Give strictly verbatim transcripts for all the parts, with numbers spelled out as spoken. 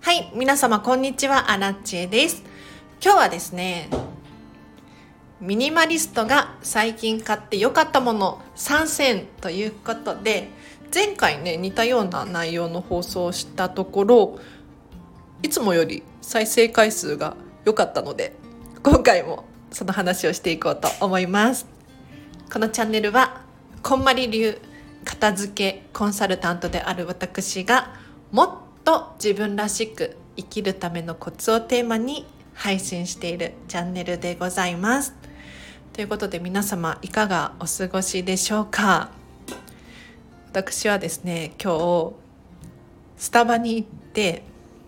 はい、皆様こんにちは、アラッチェです。今日はですね、ミニマリストが最近買って良かったものさんせんということで、前回ね似たような内容の放送をしたところ、いつもより再生回数が良かったので、今回もその話をしていこうと思います。このチャンネルはこんまり流片付けコンサルタントである私が、もっと自分らしく生きるためのコツをテーマに配信しているチャンネルでございます。ということで、皆様いかがお過ごしでしょうか。私はですね、今日スタバに行って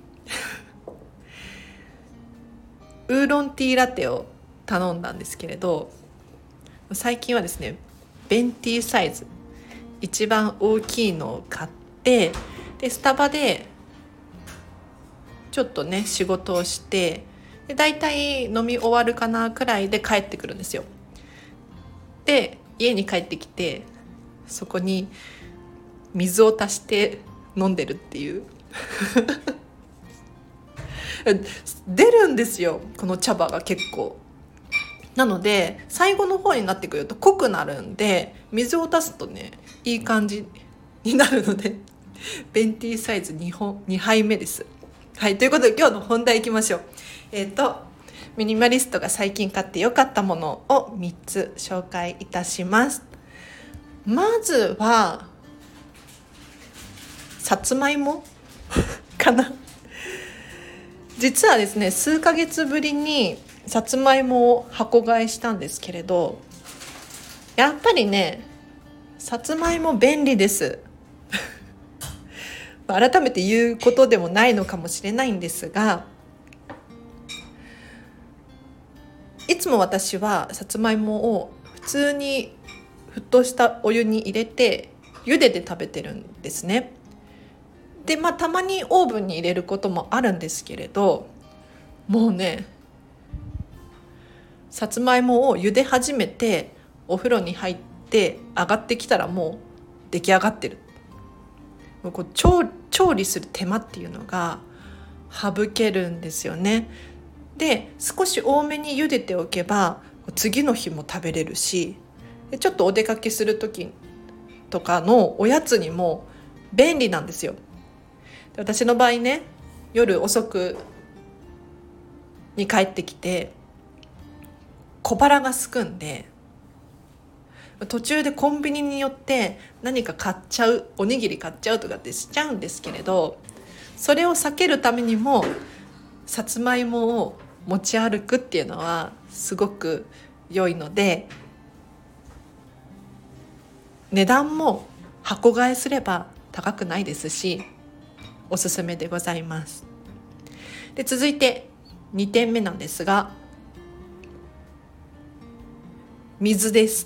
ウーロンティーラテを頼んだんですけれど、最近はですねベンティーサイズ一番大きいのを買って、でスタバでちょっとね仕事をして、でだいたい飲み終わるかなくらいで帰ってくるんですよ。で家に帰ってきて、そこに水を足して飲んでるっていう出るんですよ、この茶葉が結構。なので最後の方になってくると濃くなるんで、水を足すとねいい感じになるのでベンティーサイズ に, 本にはいめです。はい、ということで今日の本題いきましょう。えっ、ー、とミニマリストが最近買ってよかったものをみっつ紹介いたします。まずはさつまいもかな。実はですね、数ヶ月ぶりにさつまいもを箱買いしたんですけれど、やっぱりねさつまいも便利です改めて言うことでもないのかもしれないんですが、いつも私はさつまいもを普通に沸騰したお湯に入れて茹でて食べてるんですね。でまあたまにオーブンに入れることもあるんですけれど、もうねさつまいもを茹で始めてお風呂に入って上がってきたらもう出来上がってる。もうこう 調, 調理する手間っていうのが省けるんですよね。で少し多めに茹でておけば次の日も食べれるし、ちょっとお出かけする時とかのおやつにも便利なんですよ。で私の場合ね、夜遅くに帰ってきて小腹が空くんで、途中でコンビニによって何か買っちゃう、おにぎり買っちゃうとかってしちゃうんですけれど、それを避けるためにもさつまいもを持ち歩くっていうのはすごく良いので、値段も箱買いすれば高くないですし、おすすめでございます。で続いてにてんめなんですが、水です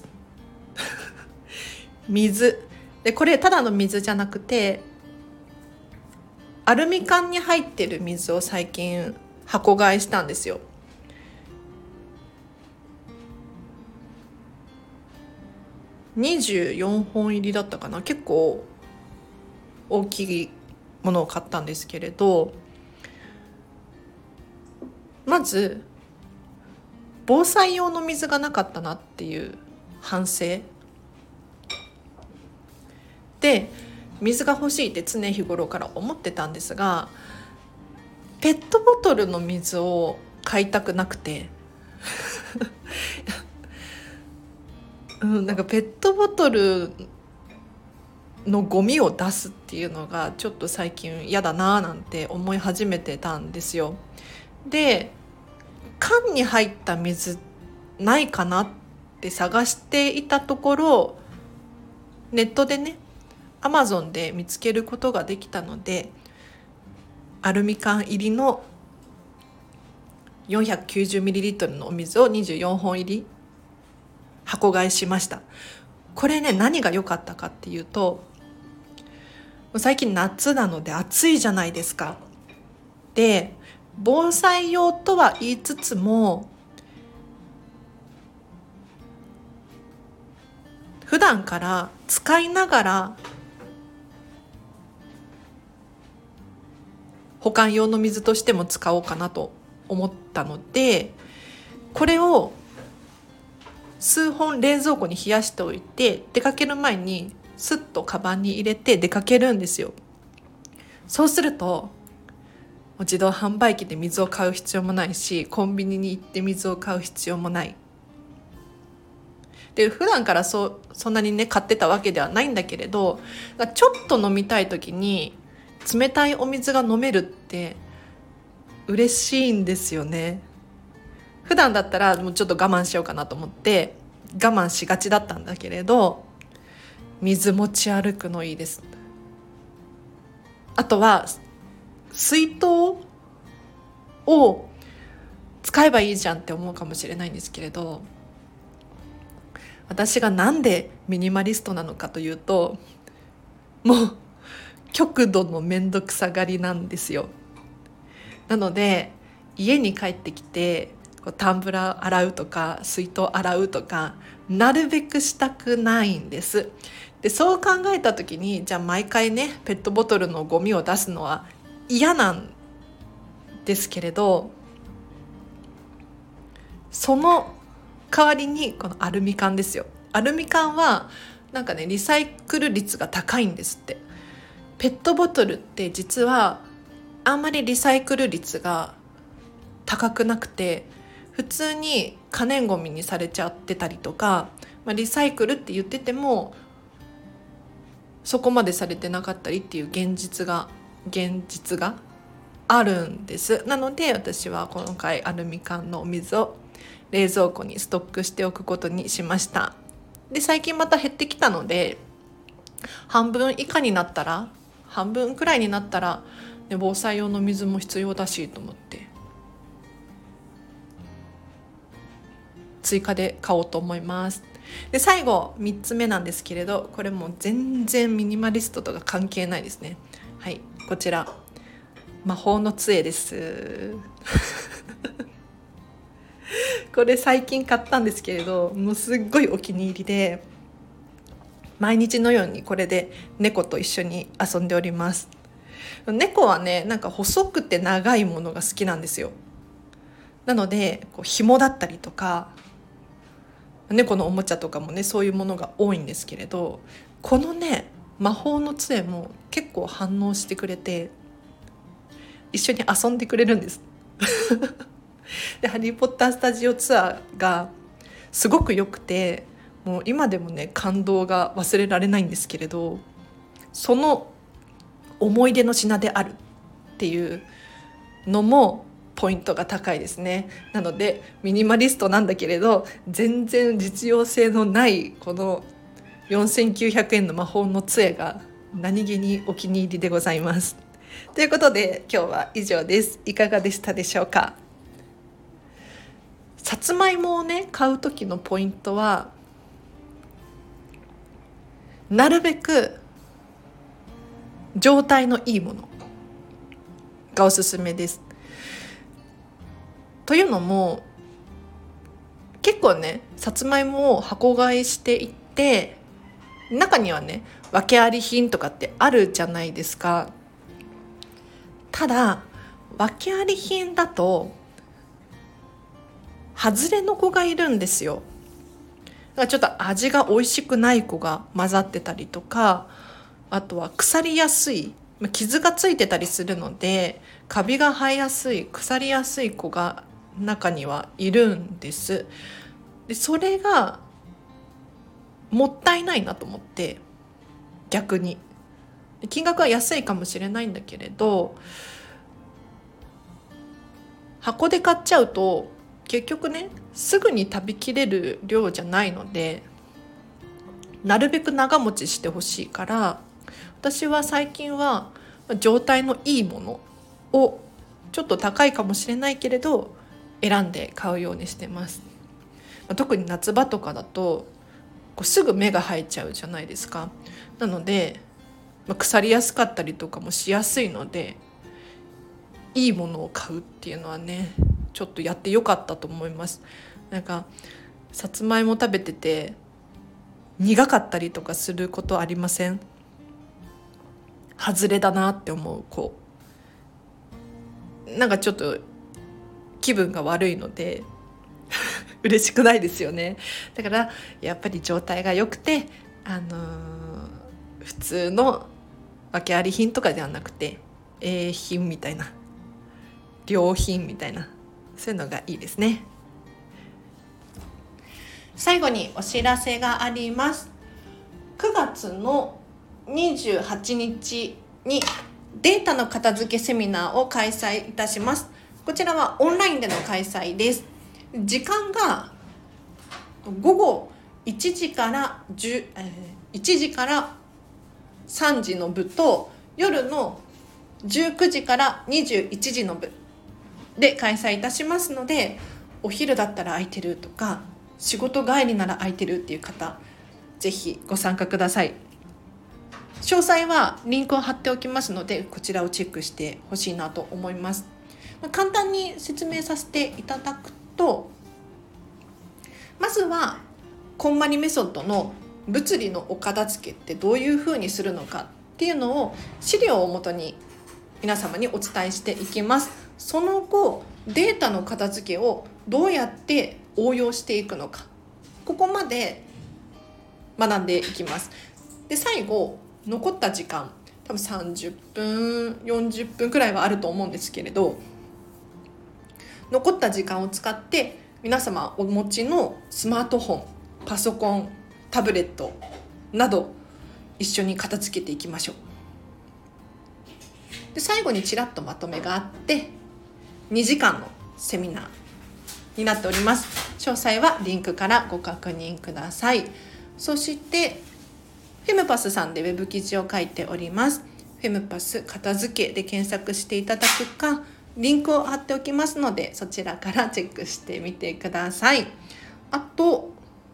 水で、これただの水じゃなくてアルミ缶に入ってる水を最近箱買いしたんですよ。にじゅうよんほん入りだったかな。結構大きいものを買ったんですけれど、まず防災用の水がなかったなっていう反省で、水が欲しいって常日頃から思ってたんですが、ペットボトルの水を買いたくなくてうん、なんかペットボトルのゴミを出すっていうのがちょっと最近嫌だななんて思い始めてたんですよ。で缶に入った水ないかなって探していたところ、ネットでねアマゾンで見つけることができたので、アルミ缶入りの よんひゃくきゅうじゅうミリリットル のお水をにじゅうよんほん入り箱買いしました。これね何が良かったかっていうと、最近夏なので暑いじゃないですか。で防災用とは言いつつも、普段から使いながら保管用の水としても使おうかなと思ったので、これを数本冷蔵庫に冷やしておいて、出かける前にスッとカバンに入れて出かけるんですよ。そうすると自動販売機で水を買う必要もないし、コンビニに行って水を買う必要もない。で普段からそそんなにね買ってたわけではないんだけれど、ちょっと飲みたい時に冷たいお水が飲めるって嬉しいんですよね。普段だったらもうちょっと我慢しようかなと思って我慢しがちだったんだけれど、水持ち歩くのいいです。あとは水筒を使えばいいじゃんって思うかもしれないんですけれど、私がなんでミニマリストなのかというと、もう極度のめんどくさがりなんですよ。なので家に帰ってきてタンブラー洗うとか水筒洗うとかなるべくしたくないんです。でそう考えた時に、じゃあ毎回ねペットボトルのゴミを出すのは嫌なんですけれど、その代わりにこのアルミ缶ですよ。アルミ缶はなんかねリサイクル率が高いんですって。ペットボトルって実はあんまりリサイクル率が高くなくて、普通に可燃ごみにされちゃってたりとか、まあ、リサイクルって言っててもそこまでされてなかったりっていう現実が現実があるんです。なので私は今回アルミ缶のお水を冷蔵庫にストックしておくことにしました。で最近また減ってきたので、半分以下になったら半分くらいになったら、ね、防災用の水も必要だしと思って追加で買おうと思います。で最後みっつめなんですけれど、これも全然ミニマリストとか関係ないですね。はい、こちら魔法の杖ですこれ最近買ったんですけれど、もうすっごいお気に入りで、毎日のようにこれで猫と一緒に遊んでおります。猫はねなんか細くて長いものが好きなんですよ。なのでこう紐だったりとか猫のおもちゃとかもねそういうものが多いんですけれど、このね魔法の杖も結構反応してくれて一緒に遊んでくれるんですでハリーポッタースタジオツアーがすごく良くて、もう今でもね感動が忘れられないんですけれど、その思い出の品であるっていうのもポイントが高いですね。なのでミニマリストなんだけれど全然実用性のないこのよんせんきゅうひゃくえんの魔法の杖が何気にお気に入りでございます。ということで今日は以上です。いかがでしたでしょうか。さつまいもをね買う時のポイントは、なるべく状態のいいものがおすすめです。というのも結構ねさつまいもを箱買いしていって、中にはね訳あり品とかってあるじゃないですか。ただ訳あり品だと外れの子がいるんですよ。だからちょっと味が美味しくない子が混ざってたりとか、あとは腐りやすい、傷がついてたりするのでカビが生えやすい、腐りやすい子が中にはいるんです。でそれがもったいないなと思って、逆に金額は安いかもしれないんだけれど、箱で買っちゃうと結局ねすぐに食べきれる量じゃないので、なるべく長持ちしてほしいから、私は最近は状態のいいものをちょっと高いかもしれないけれど選んで買うようにしてます。特に夏場とかだとこうすぐ芽が生えちゃうじゃないですか。なので、まあ、腐りやすかったりとかもしやすいので、いいものを買うっていうのはねちょっとやってよかったと思います。なんかさつまいも食べてて苦かったりとかすることありません？外れだなって思う子。 なんかちょっと気分が悪いので嬉しくないですよね。だからやっぱり状態が良くて、あのー、普通の訳あり品とかではなくて A 品みたいな、良品みたいな、そういうのがいいですね。最後にお知らせがあります。くがつのにじゅうはちにちにデータの片付けセミナーを開催いたします。こちらはオンラインでの開催です。時間がごごいちじからじゅう、えー、いちじからさんじの部と夜のじゅうくじからにじゅういちじの部で開催いたしますので、お昼だったら空いてるとか仕事帰りなら空いてるっていう方、ぜひご参加ください。詳細はリンクを貼っておきますので、こちらをチェックしてほしいなと思います。簡単に説明させていただくと、まずはこんまりメソッドの物理のお片付けってどういうふうにするのかっていうのを資料をもとに皆様にお伝えしていきます。その後データの片付けをどうやって応用していくのか、ここまで学んでいきます。で最後残った時間、多分さんじゅっぷんよんじゅっぷんくらいはあると思うんですけれど、残った時間を使って皆様お持ちのスマートフォン、パソコン、タブレットなど一緒に片付けていきましょう。で最後にちらっとまとめがあってにじかんのセミナーになっております。詳細はリンクからご確認ください。そしてフェムパスさんでウェブ記事を書いております。フェムパス片付けで検索していただくか、リンクを貼っておきますので、そちらからチェックしてみてください。あと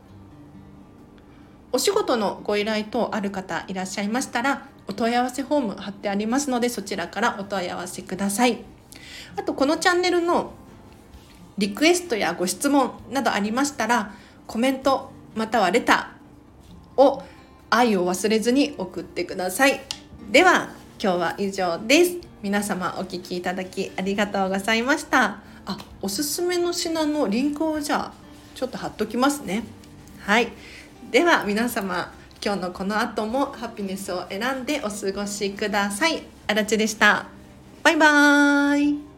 お仕事のご依頼等ある方いらっしゃいましたら、お問い合わせフォーム貼ってありますので、そちらからお問い合わせください。あとこのチャンネルのリクエストやご質問などありましたら、コメントまたはレターを愛を忘れずに送ってください。では今日は以上です。皆様お聞きいただきありがとうございました。あ、おすすめの品のリンクをじゃあちょっと貼っときますね。はい、では皆様今日のこの後もハピネスを選んでお過ごしください。あらちでした。バイバーイ。